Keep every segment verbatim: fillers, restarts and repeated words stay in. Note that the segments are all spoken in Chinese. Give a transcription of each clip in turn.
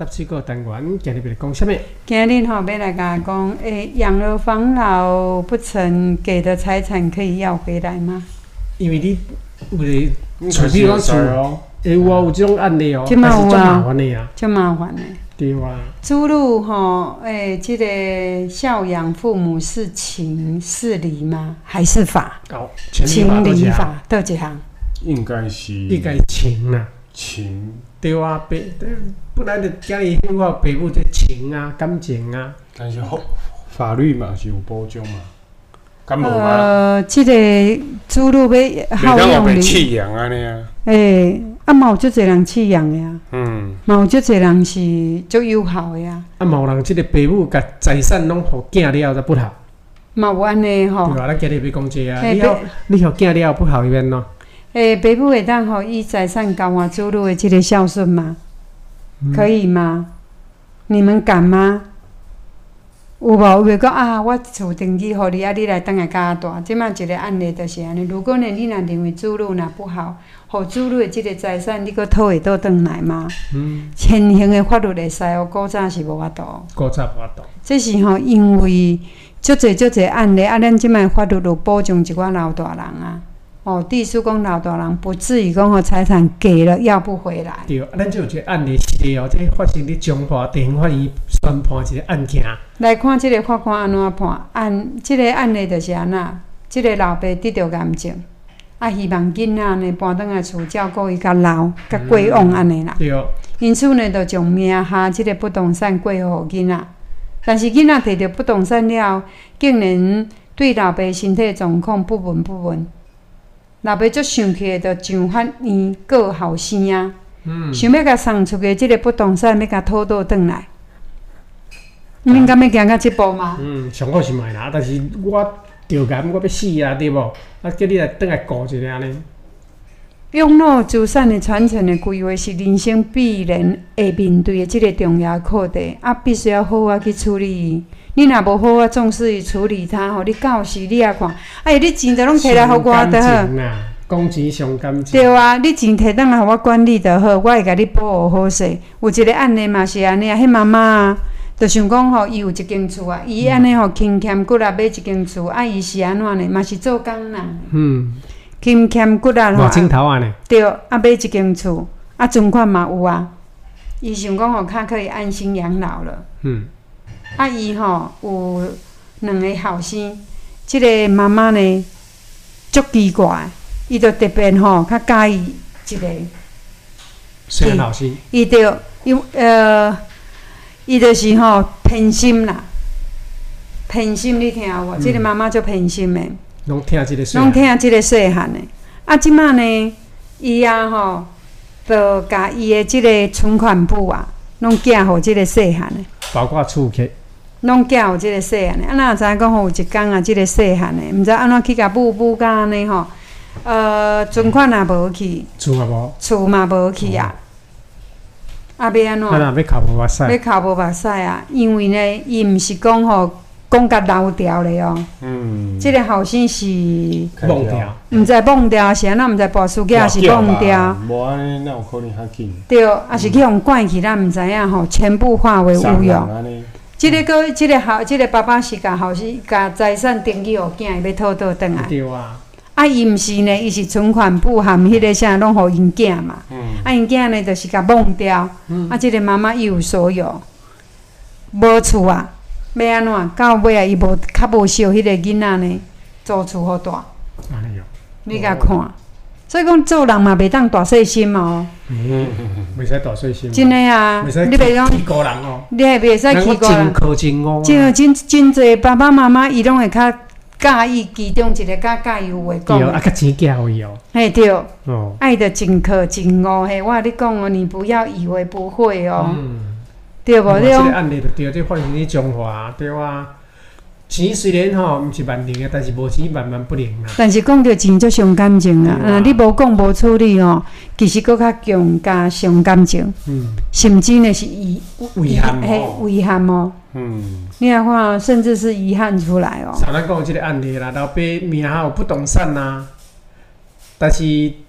答水果单元，今日要来讲什么？ 今日吼要来甲讲，诶，养儿防老不成，给的财产可以要回来吗？ 因为你有个厝比讲厝，诶，有啊，有这种案例哦， 但是足麻烦的啊， 足麻烦的。 对啊。 祖鲁吼，诶，这个孝养父母是情是理吗？还是法？ 哦， 情理法倒一项？ 应该是。 应该情啦。 情。 对啊，爸，本来就家己幸福，爸母就情啊，感情啊。 但是法律嘛是有保障嘛，敢无嘛？ 呃，这个祖鲁要好养你，袂弃养安尼啊？ 诶，啊，嘛有足侪人弃养的啊。 嗯。 嘛有足侪人是足友好的啊。 啊，嘛有人即个爸母甲财产拢互囝了才不好。 嘛有安尼吼。 对啊，咱今日要讲这啊，你互你互囝了不好伊免喏。 诶，爸母会当互伊财产交换祖鲁的这个孝顺吗？嗯、可以吗？你们敢吗？有无？有袂讲啊？我厝登记互你啊，你来当来甲我大。即摆一个案例就是安尼。如果呢，你若认为祖鲁若不好，互祖鲁的即个财产，你阁讨会倒转来吗？嗯。现行的法律会使哦，古早是无法度。 古早无法度。 这是吼，因为足侪足侪案例啊，咱即摆法律有保障一寡老大人啊。哦，地叔公老大人不至于讲吼财产给了要不回来。 对，啊，咱就有一个案例是的哦，这发生伫中华地方法院宣判一个案件。来看这个法官安怎判？案这个案例就是安那，这个老爸得到癌症，啊，希望囡仔呢搬倒来厝照顾伊较老、较过往安尼啦。 对。 因此呢，就将名下这个不动产过互囡仔，但是囡仔摕到不动产了，竟然对老爸身体状况不闻不问。老爸足生气的，就上法院告后生啊！嗯、想要甲送出去即个不动产，要甲讨倒转来。你们敢要行到即步吗？ 嗯，上好是卖啦，但是我着癌，我要死啊，对无？啊，叫你来转来顾一下呢。 养老资产的传承的规划是人生必然会面对的即个重要课题，啊，必须要好好去处理伊。你若无好好重视伊处理它，吼，你到时你也看，哎，你钱都拢摕来互我就好。 讲钱伤感情。 对啊，你钱摕倒来互我管理就好，我会甲你保护好势。有一个案例嘛是安尼啊，迄妈妈啊，就想讲吼，伊有一间厝啊，伊安尼吼勤俭骨力买一间厝，啊，伊是安怎呢？嘛是做工人。嗯。勤俭骨力吼。 无镜头啊呢？ 对，啊买一间厝，啊存款嘛有啊。伊想讲吼，较可以安心养老了。嗯。啊，伊吼有两个后生，即、这个妈妈呢，足奇怪，伊就特别吼较介意一个。 谁后生？ 伊就因呃，伊就是吼偏心啦，偏心你听有无？即、嗯、个妈妈足偏心的。 拢听即个细。 拢听即个细汉的。啊，即摆呢，伊啊吼，就甲伊的即个存款簿啊，拢寄互即个细汉的。 包括厝客。 拢寄互即个细汉的，啊，哪知影讲吼有一工啊，即个细汉的，毋知安怎去甲补补甲安尼吼，呃，存款也无去， 厝也无， 厝嘛无去啊，啊，要安怎？ 啊，若要哭无目屎， 要哭无目屎啊，因为呢，伊毋是讲吼讲甲流掉咧哦，嗯，即个后生是忘掉， 毋知忘掉是安怎，毋知跋书架是忘掉， 无安尼哪有可能较紧？ 对，啊是去互关去，咱毋知影吼，全部化为乌有。即个个，即个后，即个爸爸是甲后生甲财产登记互囝，伊要讨倒转来。 对啊。 啊，伊毋是呢，伊是存款簿含迄个啥，拢互因囝嘛。嗯。啊，因囝呢，就是甲忘掉。嗯。啊，即个妈妈一无所有，无厝啊，要安怎？到尾啊，伊无较无惜迄个囡仔呢，租厝互大。 安尼哦。 你甲看。所以讲做人嘛，袂当大细心哦。 嗯，袂使大细心。 真诶啊， 你袂讲欺负人哦。 你也袂使欺负人。 真可真恶。 真真真侪爸爸妈妈，伊拢会较介意其中一个较介意有话讲。 对，啊，较钱教伊哦。 嘿对。哦。爱的真可真恶嘿，我甲你讲哦，你不要以为不会哦。嗯。对无？你讲。这个案例就对，这发生伫中华，对啊。钱虽然吼毋是万能的，但是无钱万万不能啦。 但是讲到钱就伤感情啦，啊，你无讲无处理吼，其实佫较强加伤感情，嗯，甚至呢是遗遗憾哦，遗憾哦，嗯，你来看，甚至是遗憾出来哦。 像咱讲即个案例啦，老爸名下有不动产啦，但是伊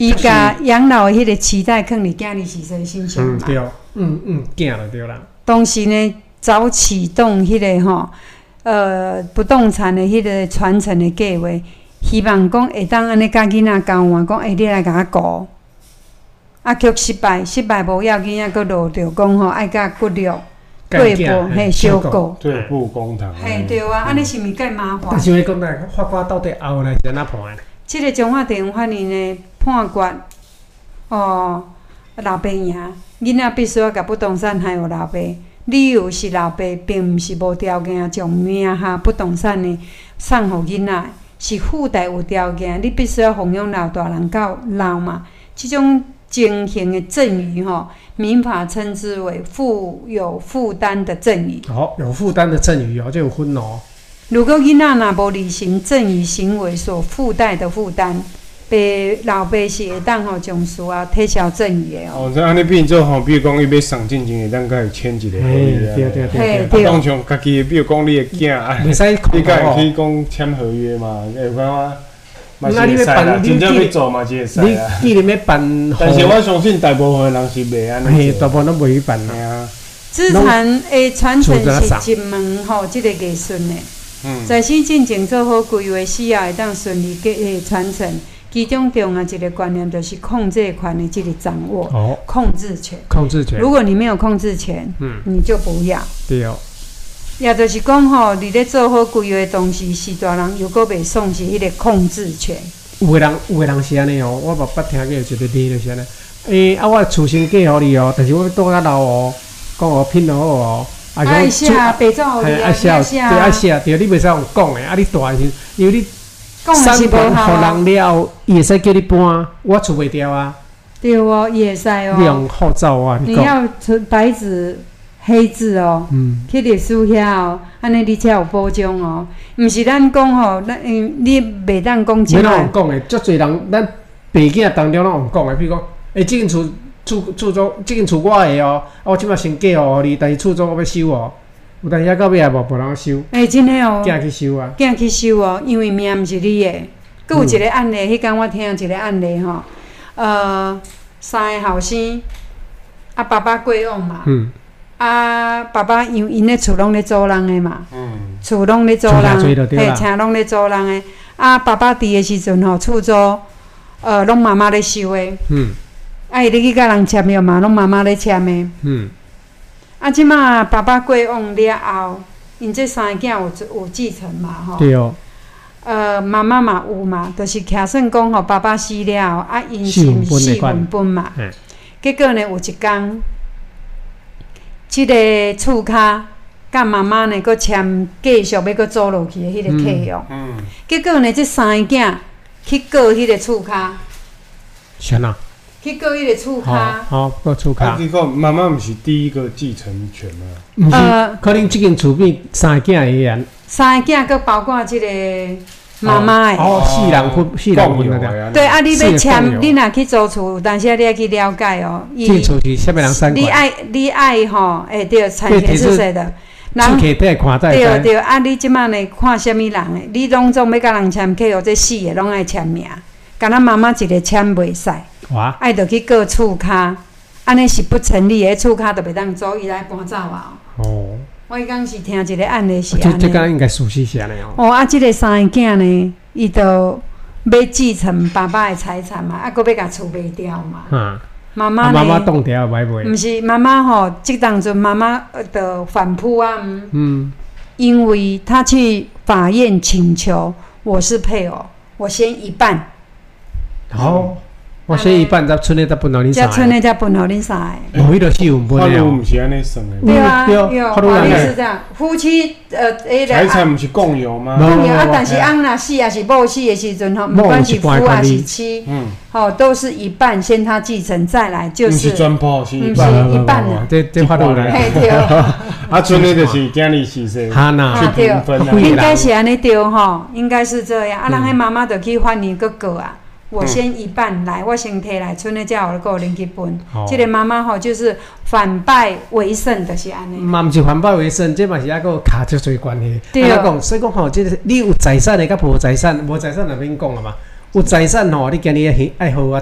伊甲养老的迄个期待放伫囝儿是谁身上嘛？ 嗯对，嗯嗯，囝就对啦。 当时呢，早启动迄个吼，呃，不动产的迄个传承的计划，希望讲会当安尼甲囡仔交换，讲会你来甲我顾。啊，却失败，失败无要紧，啊，佫落着讲吼，爱甲骨力对簿嘿小顾， 对簿公堂。 嘿对啊，安尼是毋是介麻烦？ 但是话讲来，法官到底后来是安怎判的？ 即个中华地方法院呢判决，哦，老爸赢，囡仔必须要甲不动产还有老爸，理由是老爸并毋是无条件将名下不动产呢送互囡仔，是附带有条件，你必须要奉养老大人到老嘛。即种情形的赠与吼，民法称之为负有负担的赠与。 好，有负担的赠与哦，就有分哦。 如果囡仔若无履行赠与行为所附带的负担，爸老爸是会当吼从事啊撤销赠与的哦。 哦，这安尼变做吼，比如讲伊要送进前，会当甲伊签一个合约啊。 对对对嘿对。 啊，当像家己的，比如讲你的囝，啊， 袂使你控告哦。 甲伊去讲签合约嘛？会感觉嘛是那你会使啦， 要办， 真正要做嘛是会使你啦。 既然要办， 但是我相信大部分人是袂安尼嘿， 做。 大部分都袂去办啦。 嘿啊， 资产的传承是一门吼，即、这个艺术呢。 嗯。 在生进前做好规划，死后会当顺利嘅传承。其中重要一个观念就是控制权的这个掌握， 哦， 控制权。 控制权。 如果你没有控制权，嗯，你就不要。 对哦。 也就是讲吼，你咧做好规划的同时，是大人又搁袂送是迄个控制权。 有个人，有个人是安尼哦，我捌捌听过一个例就是安尼。诶、欸，啊，我厝先嫁互你哦，但是我要住较老哦，讲哦拼好哦。 啊，爱写白纸互你啊， 写对爱写，对，你袂使用讲诶，啊，你大时，因为你三万互人了，伊会使叫你搬，我厝袂掉啊。 对哦，也会使哦。 你用护照啊， 你要白纸黑字哦，嗯，去历史遐哦，安尼你才有保障哦。毋是咱讲吼，咱嗯，你袂当讲即摆。你拢讲诶，足侪人，咱爸囝当中拢有讲诶，比如讲，诶，即间厝厝厝租，即间厝我诶哦，啊，我即摆先嫁互你，但是厝租我要收哦。有但是到尾也无无人收。 诶、欸，真诶哦。 囝去收啊。 囝去收哦，因为命毋是你诶。佮有一个案例，迄天我听一个案例吼，呃，三个后生，啊，爸爸过往嘛。嗯。啊，爸爸因因咧厝拢咧租人诶嘛，嗯，厝拢咧租人，嘿，车拢咧租人诶。啊，爸爸伫诶时阵吼，厝租，呃，拢妈妈咧收诶。嗯。啊，伊咧去甲人签约嘛，拢妈妈咧签诶。嗯。啊，即马爸爸过往了后，因这三个囝有有继承嘛吼。 对哦。 呃，妈妈嘛有嘛，就是徛算讲吼，爸爸死了，啊，因是毋是四分分嘛。嗯。结果呢，有一工。即个厝骹，甲妈妈呢，搁签继续要搁租落去的迄个契约。嗯。结果呢，这三个囝去告迄个厝骹。 啥呐？ 去告迄个厝骹。 好，告厝骹。 结果妈妈毋是第一个继承权吗？ 毋是，呃、可能即间厝变三个囝一样。 三个囝，搁包括即个妈妈的。 哦，四人分，四人分的。对啊，你要签，你若去租厝，但是你要去了解哦。 这个厝是啥物人三你爱，你爱吼，哎对，产权是谁的？ 人对对，啊，你即摆呢看啥物人的？你拢总要甲人签契约，这四个拢爱签名，敢若妈妈一个签袂使。哇！爱着去告厝骹，安尼是不成立的，厝骹就袂当租，伊来搬走啊。哦。我迄讲是听一个案例是安尼。 这这应该属实是安尼哦。 哦，啊，即个三个囝呢，伊就要继承爸爸的财产嘛，啊，搁要甲厝卖掉嘛。嗯。妈妈呢？ 妈妈冻掉买卖。 毋是妈妈吼，即当阵妈妈的反扑啊。嗯。因为她去法院请求，我是配偶，我先一半。 好。我先一半，再剩的再分互恁三个。 再剩的再分互恁三个。 无迄个四分分的哦。毋是安尼算的。 对啊，有法律是这样，夫妻呃，诶， 财产毋是共有吗？ 共有啊，但是翁若死也是某死的时阵吼，不管是夫还是妻，嗯，吼都是一半，先他继承，再来就是。 毋是全部是一半。一半啦。 这这法律来。 嘿对。 啊，剩的就是囝儿是说。 哈呐。 去平分啊。 应该是安尼对吼，应该是这样。啊，人迄妈妈就去法院搁告啊。我先一半来，我先摕来，剩的才有个人去分。这个妈妈吼就是反败为胜，就是安尼。 嘛，毋是反败为胜，这嘛是还佫卡足侪关系。 对啊。 讲，所以讲吼，即个你有财产的，甲无财产，无财产就免讲啊嘛。有财产吼，你今日爱爱好我听，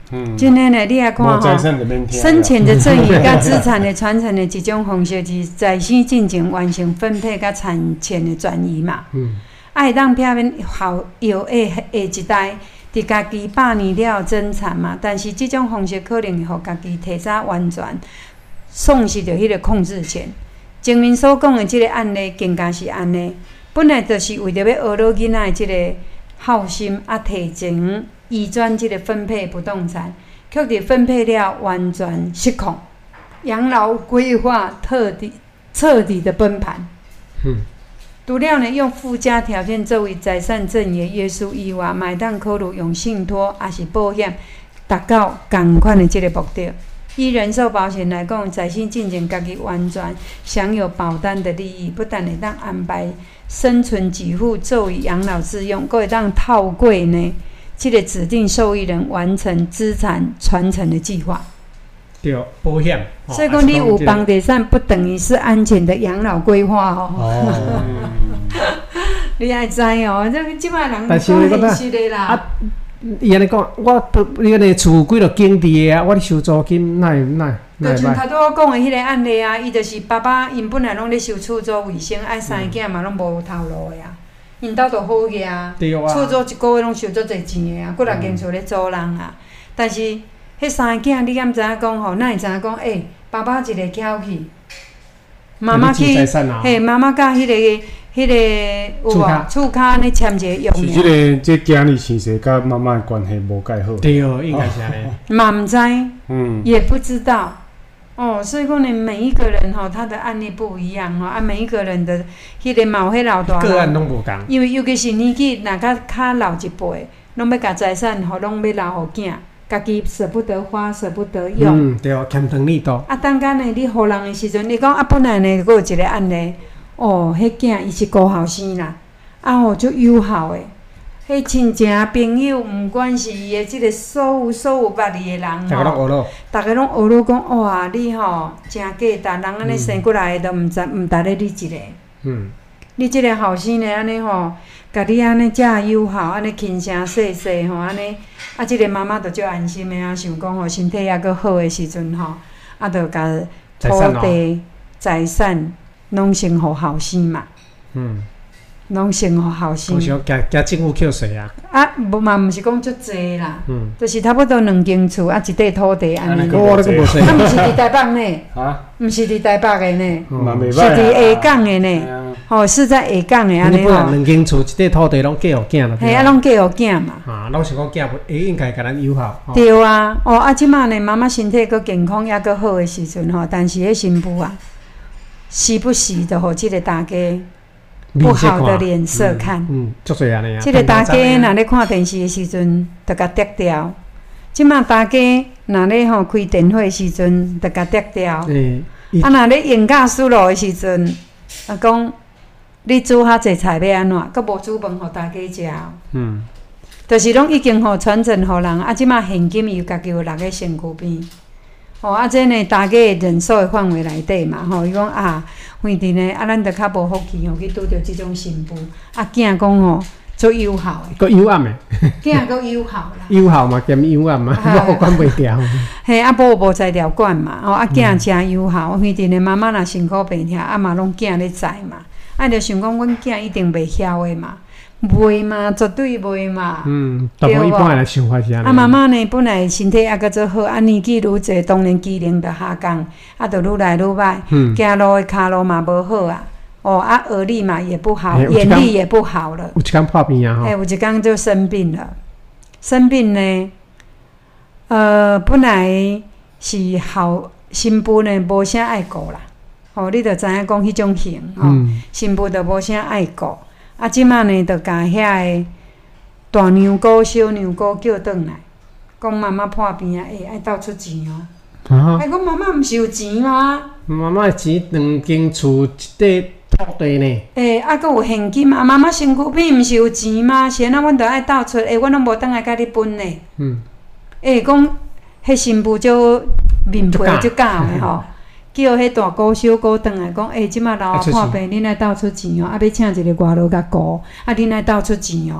嗯， 真诶呢，你来看无财吼， 产就免听。 生前的赠与甲资产的传承的一种方式，是在生进前完成分配甲产权的转移嘛。 嗯， 啊，会当避免后后下下一代伫家己百年了争产嘛。但是即种方式可能会互家己提早完全丧失着迄个控制权。前面所讲的即个案例，更加是安尼。本来就是为着要学老囡仔的即个好心，啊，提前移转即个分配不动产，却伫分配了完全失控，养老规划彻底彻底的崩盘。 嗯， 除了呢用附加条件作为财产赠与约束以外，嘛会当考虑用信托还是保险，达到同款的即个目的。以人寿保险来讲，在生进前家己完全享有保单的利益，不但会当安排生存给付作为养老自用，阁会当套过呢，即个指定受益人完成资产传承的计划。 对，保险。哦所以讲，你有房地产，不等于是安全的养老规划哦。 哦， 你爱知哦，这即摆人但是讲你讲现实的啦。 啊，伊安尼讲，我不，你安尼厝几落经济的啊，我咧收租金，哪会哪会哪会歹？ 就像头拄我讲的迄个案例啊，伊就是爸爸因本来拢咧收厝租卫生，爱生囝嘛拢无头路的啊。因兜就好个啊， 对啊， 厝租一个月拢收足侪钱的啊，几六间厝咧租人啊。但是迄三个囝，你敢知影讲吼？哪会知影讲？诶、欸，爸爸一个翘去，妈妈去，嘿，妈妈甲迄个。迄、那个有无厝骹安尼签一个约是即个即囝儿生势甲妈妈的关系无介好。 对哦，应该是安尼。 嘛毋知， 嗯， 也不知道。哦，所以讲呢，每一个人吼，他的案例不一样吼，啊，每一个人的迄个嘛有迄老大人个案拢无共。 因为尤其是年纪若较较老一辈，拢要甲财产吼，拢要留互囝，家己舍不得花，舍不得用。 嗯，对哦，欠糖力多。 啊，当间呢，你互人的时阵，你讲啊，本来呢，佫有一个案例。哦，迄囝伊是高校生啦，啊吼足友好诶，迄亲情朋友，毋管是伊诶即个所有所有捌伊诶人吼， 逐个拢学咯讲，哇，你吼真价值，人安尼生过来都毋知毋值咧你一个。 嗯。 你即个后生呢，安尼吼，甲你安尼遮友好，安尼轻声细细吼，安尼，啊，即个妈妈就足安心诶啊，想讲吼，身体抑阁好诶时阵吼，啊，就甲土地财产。拢先互后生嘛， 嗯， 拢先互后生。 我想加加政府扣税啊。 啊，无嘛，毋是讲足济啦， 嗯， 就是差不多两间厝啊，一块土地安尼。 我咧个无税。 啊，毋是伫台北呢？ 啊， 毋是伫台北的呢？ 嘛袂歹。 是伫下港的呢？吼，是在下港的安尼吼。 两间厝，一块土地拢嫁互囝啦。 嘿，啊，拢嫁互囝嘛。 啊，拢是讲囝会应该甲咱友好。 对啊，哦，啊，即马呢，妈妈身体阁健康抑阁好的时阵吼，但是迄新妇啊。时不时的吼，即个大家不好的脸色看， 嗯，足侪安尼啊。 即个大家若咧看电视的时阵，就甲摘掉；即马大家若咧吼开电话的时阵，就甲摘掉。 诶， 啊，若咧用驾输入的时阵，啊讲你煮较济菜要安怎，阁无煮饭互大家食。 嗯， 就是拢已经吼传承互人，啊，即马现金伊家己有六个身躯边。哦，啊，这呢，大家人数的范围内底嘛，吼，伊讲啊，反正呢，啊，咱着较无福气吼，去拄着即种新妇，啊，囝讲吼，足友好诶， 个幽暗诶， 囝个友好啦， 友好嘛，兼幽暗嘛，我管袂掉。 嘿，啊，无无才调管嘛，哦，啊，囝真友好，反正呢，妈妈若辛苦病痛，啊嘛，拢囝咧知嘛，啊，着想讲，阮囝一定袂晓诶嘛。袂嘛，绝对袂嘛。嗯， 大部分一般来想法是安尼。 啊，妈妈呢，本来身体抑阁做好，啊，年纪愈侪，当然机能就下降，啊，就愈来愈歹。嗯。走路的骹路嘛无好啊，哦，啊，耳力嘛也不好，眼力也不好了。 有一天破病啊！吼。 哎，有一天就生病了。生病呢，呃，本来是好新妇呢，无啥爱顾啦。哦，你着知影讲迄种型吼，新妇着无啥爱顾。啊，即马呢，就甲遐个大娘姑、小娘姑叫转来，讲妈妈破病啊，会爱倒出钱哦。啊！哎，讲妈妈毋是有钱吗？ 妈妈的钱两间厝，一块土地呢。诶， 啊，佫有现金啊！妈妈身躯边毋是有钱吗？是安那，阮着爱倒出，诶，阮拢无当来甲你分呢。嗯。诶，讲迄新妇就面皮就假的吼。叫迄大姑小姑转来讲，诶、欸，即马老阿破病，恁来倒出钱哦、喔，啊，要请一个外劳甲顾，啊，恁来倒出钱哦、喔，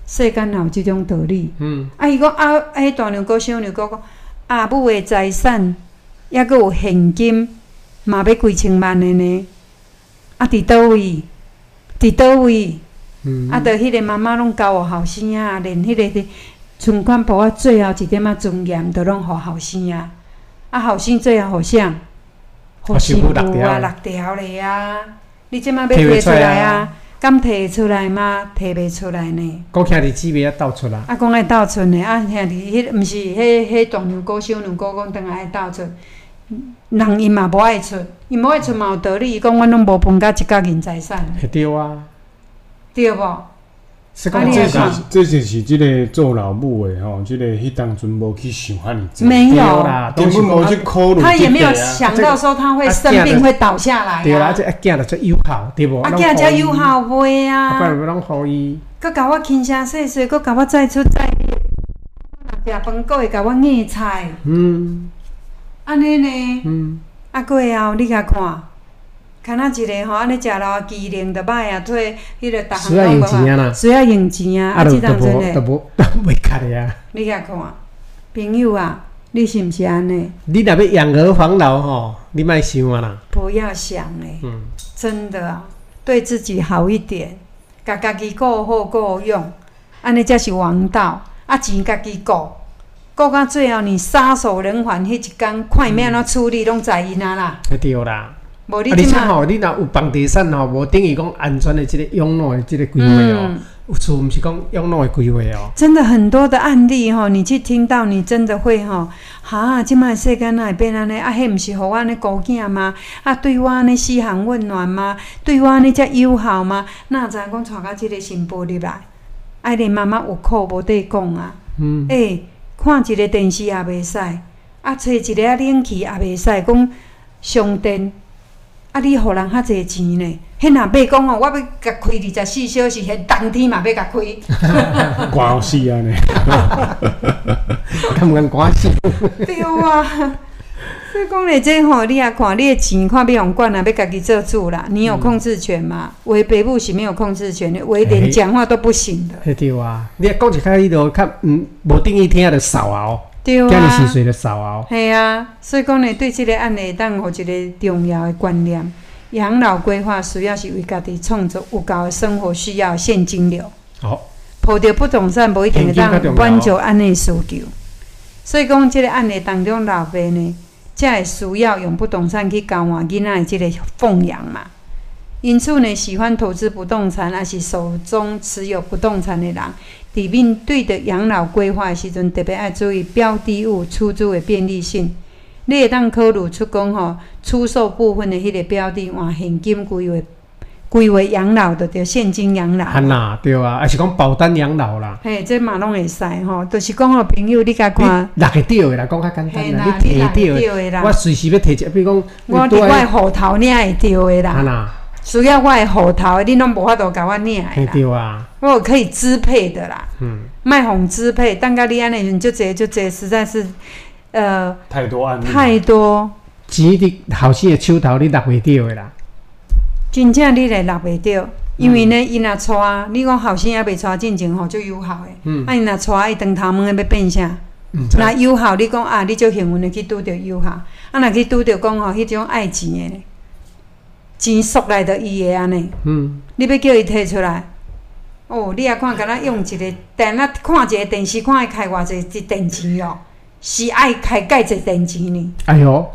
世间哪有即种道理？ 嗯， 啊，伊讲啊，迄大娘姑、小娘姑讲，阿母的财产，抑阁有现金，嘛要几千万的呢？啊，伫倒位？伫倒位？ 嗯， 啊，着迄个妈妈拢交互后生啊，连迄个存款簿啊，最后一点仔尊严，都拢互后生啊。啊，后生最后互啥？互媳妇啊，六条咧啊！你即摆要摕出来啊？敢摕出来吗？摕袂出来呢。 讲兄弟姊妹啊斗出啦。 啊，讲爱斗出呢，啊兄弟，迄毋是迄迄大娘姑、小娘姑讲，当来爱斗出，人伊嘛无爱出，伊无爱出嘛有道理。伊讲阮拢无分甲一角银财产。 会对啊。 对无？ 是讲这是这就是即个做老母的吼，即个迄当阵无去想遐尼多。 没有啦， 根本无去考虑。 他也没有想到说他会生病会倒下来。 对啦，这阿囝就最友好，对无？ 阿囝才友好袂啊。 啊，不然拢互伊。 佮甲我轻声细细，佮甲我再出再入。食饭佫会甲我硬菜。嗯。安尼呢？嗯。啊，过后你甲看。看那一个吼，安尼食了机灵就歹啊，退迄个逐项拢无啊，需要用钱啊，啊，即当阵诶， 都无都袂卡的啊。 你遐看，朋友啊，你是毋是安尼？ 你若要养儿防老吼，你莫想啊啦。 不要想诶，嗯，真的啊，对自己好一点，甲家己顾好顾用，安尼才是王道。啊，钱家己顾，顾到最后你撒手人寰，迄一天看伊要安怎处理，拢在因啊啦。 对啦。 无你啊，而且吼，你若有房地产吼，无等于讲安全的即个养老的即个规划哦，有厝毋是讲养老的规划哦。 真的很多的案例吼，你去听到，你真的会吼，哈，即摆世间哪会变安尼？啊，迄毋是互我安尼顾囝吗？啊，对我安尼嘘寒问暖吗？对我安尼遮友好吗？哪知影讲带到即个新妇入来，爱恁妈妈有苦无得讲啊。嗯。诶、欸，看一个电视也袂使，啊，找一个啊冷气也袂使，讲上电。啊！你互人遐济钱呢？迄若买讲哦，我要甲开二十四小时，迄当天嘛要甲开。 关死啊呢！ 敢毋敢关死？ 对啊，所以讲咧，这吼，你也看，你的钱看要用管啊，要家己做主啦。你有控制权嘛？为爸母是没有控制权的，为连讲话都不行的。 嘿对啊，你讲一开你就较嗯，无定义听就扫后。 对啊， 今日是谁的扫后？ 系啊，所以讲呢，对这个案例，当有一个重要的观念：养老规划主要是为家己创造有够的生活需要现金流。 好， 抱着不动产无一定会当满足安尼需求。所以讲，这个案例当中，老爸呢，才会需要用不动产去交换囡仔的这个奉养嘛。因此呢，喜欢投资不动产，还是手中持有不动产的人，伫面对的养老规划的时阵，特别爱注意标的物出租的便利性。你会当考虑出讲吼，出售部分的迄个标的，换现金规划，规划养老的着现金养老。 安啦，对啊，还是讲保单养老啦。 嘿，这嘛拢会使吼，就是讲吼，朋友你甲看， 你拿会到的啦，讲较简单啦，你摕到的啦。我随时要摕一，比如讲， 我伫我的户头领会到的啦。 安啦。 需要我的户头，你拢无法度甲我领的啦。 对啊， 我有可以支配的啦。 嗯。卖互支配，等甲你安尼时就这就这，实在是，呃。 太多案例。 太多。 钱伫后生的手头，你拿袂到的啦。 真正你来拿袂到，因为呢，伊若带，你讲后生还袂带进前吼，就友好的。嗯。啊，伊若带，伊长头毛要变啥？嗯。若友好，你讲啊，你就幸运的去拄着友好，啊，若去拄着讲吼，迄种爱钱的。钱缩来就伊个安尼，嗯，你要叫伊摕出来，哦，你也看，敢若用一个，但咱看一个电视，看伊开偌济一电池哦，是爱开介济电池呢。 哎哟，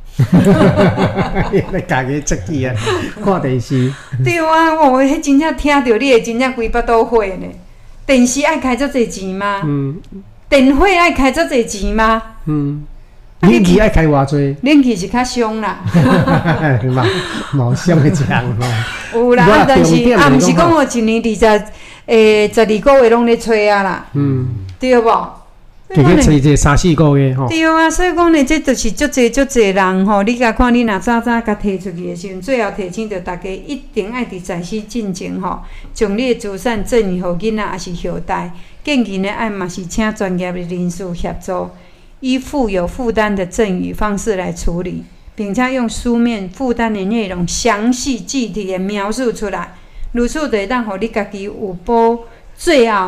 你家己出去啊，看电视。 对啊，哦，迄真正听着你会真正规巴肚火呢。电视爱开遮济钱吗？嗯。电火爱开遮济钱吗？嗯。 冷气爱开偌济？ 冷气是较凶啦， 嘛，冇凶的强咯。 有啦，但是啊，毋是讲我一年二十诶十二个月拢咧吹啊啦，嗯，对无？ 就去吹这三四个月吼。 对啊，所以讲呢，这就是足济足济人吼，你甲看，你若早早甲摕出去的时阵，最后提醒着大家一定爱伫在世进前吼，将你的资产赠与互囡仔，还是后代，建议呢爱嘛是请专业的人士协助。依附有负担的赠与方式来处理，并且用书面负担的内容详细具体的描述出来，如此就会当互你家己有保最后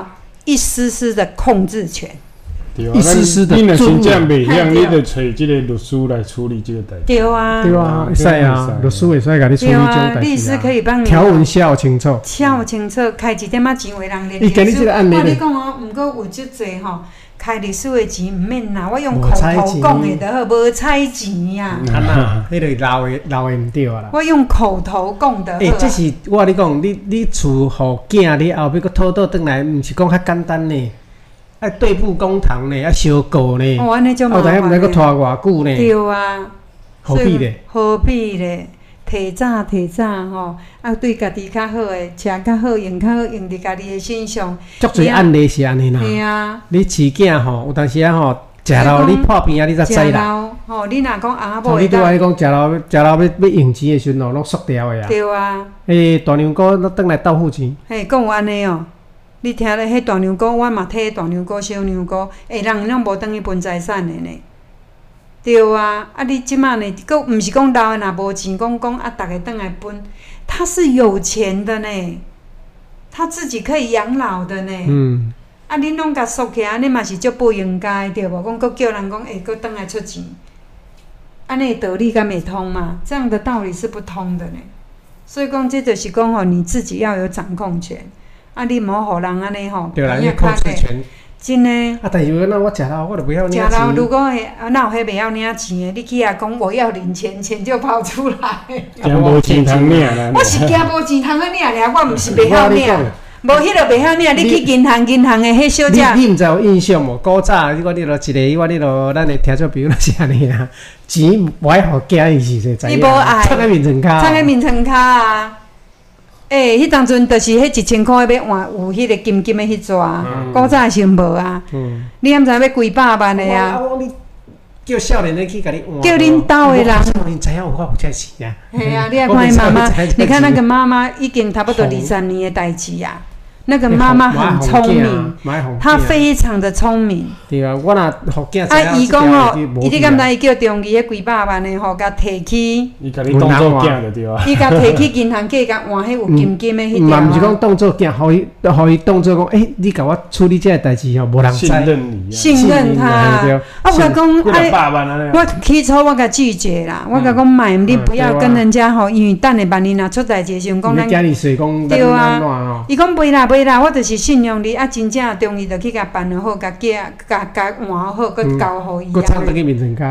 一丝丝的控制权。 对啊， 一丝丝的你若真正嘿袂晓， 对你就找即个律师来处理这个代志。 对啊， 对啊，会使啊，律师会使甲你处理对这种代啊，律志啊。 师可以帮你条文写清楚。 写清楚，开一点仔钱为人连伊给你这个案例我呢你讲哦，毋过有即济吼，开律师的钱毋免啦，我用口无彩钱头讲的就好，无彩钱呀。 啊那，迄个老的老的毋对啊啦。 我用口头讲的好诶、 啊。 这是我跟你讲，你你厝互囝，你后尾佫讨倒转来，毋是讲较简单呢，爱对簿公堂呢，爱相告呢， 哦，安尼就麻后头还毋知烦咧。 佫拖偌久呢， 对啊， 何必咧？ 何必咧？提早提早吼，啊，对家己较好诶，吃较好，用较好，用伫家己诶身上。 足侪案例是安尼啦。 对啊。 你饲囝吼，有当时啊吼，食老你破病啊，你才知食啦。 老吼，你若讲翁仔某像会当， 你拄仔你讲食老食老要要用钱的时阵哦，拢缩掉的啊。 对啊。 诶，大娘哥都转来斗付钱。 嘿，讲有安尼哦。你听咧，迄大娘姑，我嘛替大娘姑、小娘姑，诶，人拢无当去分财产的呢。对啊，啊你即马呢，佫毋是讲老的若无钱，讲讲啊，逐个转来分，他是有钱的呢，他自己可以养老的呢。 嗯。 啊，恁拢甲缩起来，安尼嘛是足不应该，对无？讲佫叫人讲，会佫转来出钱，安尼道理敢会通嘛？这样的道理是不通的呢。所以讲，这就是讲吼，你自己要有掌控权。啊，你莫互人安尼吼， 对啦，你控制权。 真诶。 啊，但是如果那我食老，我就不要领食钱。 老如果会啊，哪有迄袂晓领钱诶？你去遐讲我要领钱，钱就跑出来。 惊无钱通领啦。 我是惊无钱通去领尔，我毋是袂晓领。无迄落袂晓领，你去银行，银行诶迄小姐。 你你毋知有印象无？古早我你落一个，我你落咱诶听做朋友就是安尼啊，钱无爱互囝伊是知影。 伊无爱。 插喺面层骹。 插喺面层骹啊！诶、欸，迄当阵就是迄一千块要换有迄个金金的迄纸啊，古早是无啊。嗯。你敢知要几百万的啊？ 我你叫少年的去甲你换。 叫恁兜的人。 你知影有我有这钱啊？ 嘿啊，你来看妈妈，你看那个妈妈已经差不多二三年的代志啊。那个妈妈很聪明，她非常的聪明。 对啊，我若互囝啊，伊讲吼，伊你敢知伊叫中义迄几百万的吼，甲摕去。 伊甲你当做囝就对啊。 伊甲摕去银行去甲换迄有金金的迄条啊。 嘛，毋是讲当做囝，互伊互伊当做讲，诶，你甲我处理这个代志吼，无人知。 信任你。 信任他。啊，我甲讲， 哎， 我起初我甲拒绝啦，我甲讲买，你不要跟人家吼，因为等下万一若出代志时阵，讲咱。对啊。伊讲袂啦。袂啦，我就是信用你啊！真正中意就去甲办好，甲寄甲甲换好，佮交互伊啊。 佮藏等去面层骹。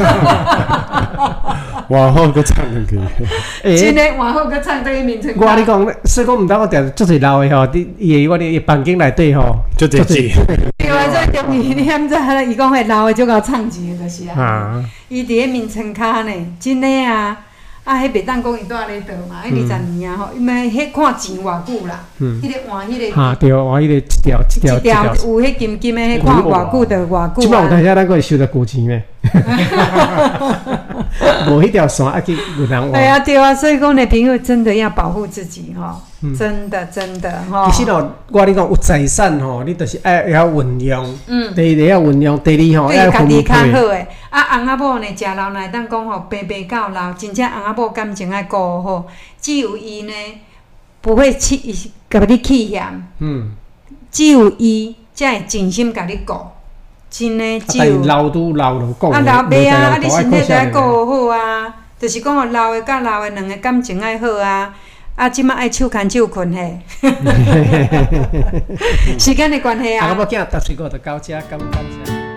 换好佮藏等去。 真诶，换好佮藏等去面层骹。 我你讲，所以讲毋当我定足侪老诶吼，伫伊诶我哋房间内底吼， 足侪钱。 对啊，所以中意你毋知伊讲迄老诶就甲藏钱就是啊。伊伫迄面层骹呢，真诶啊！啊，迄袂当讲伊住咧倒嘛，迄二十年啊吼，因为迄看钱偌久啦，迄个换迄个。 哈，对，换迄个一条一条一条有迄金金的，迄看偌久就偌久。 即摆有当时咱佫会收着旧钱呢。无迄条线啊去银行换。 对啊对啊，所以讲呢，朋友真的要保护自己吼，真的真的吼。 其实哦，我你讲有财产吼，你就是爱会晓运用。嗯。第一个要运用，第二吼要分配。对家己较好诶，啊翁仔某呢，食老来当讲吼，白白到老，真正翁仔某感情爱顾好，只有伊呢不会弃，甲你弃嫌。嗯。只有伊才会真心甲你顾。真诶，只有老拄老就讲， 啊老袂啊，啊你身体就爱顾好啊，就是讲哦，老诶甲老诶两个感情爱好啊，啊即马爱手牵手困嘿，时间的关系啊。 啊，我囝搭水果就到遮，感感谢。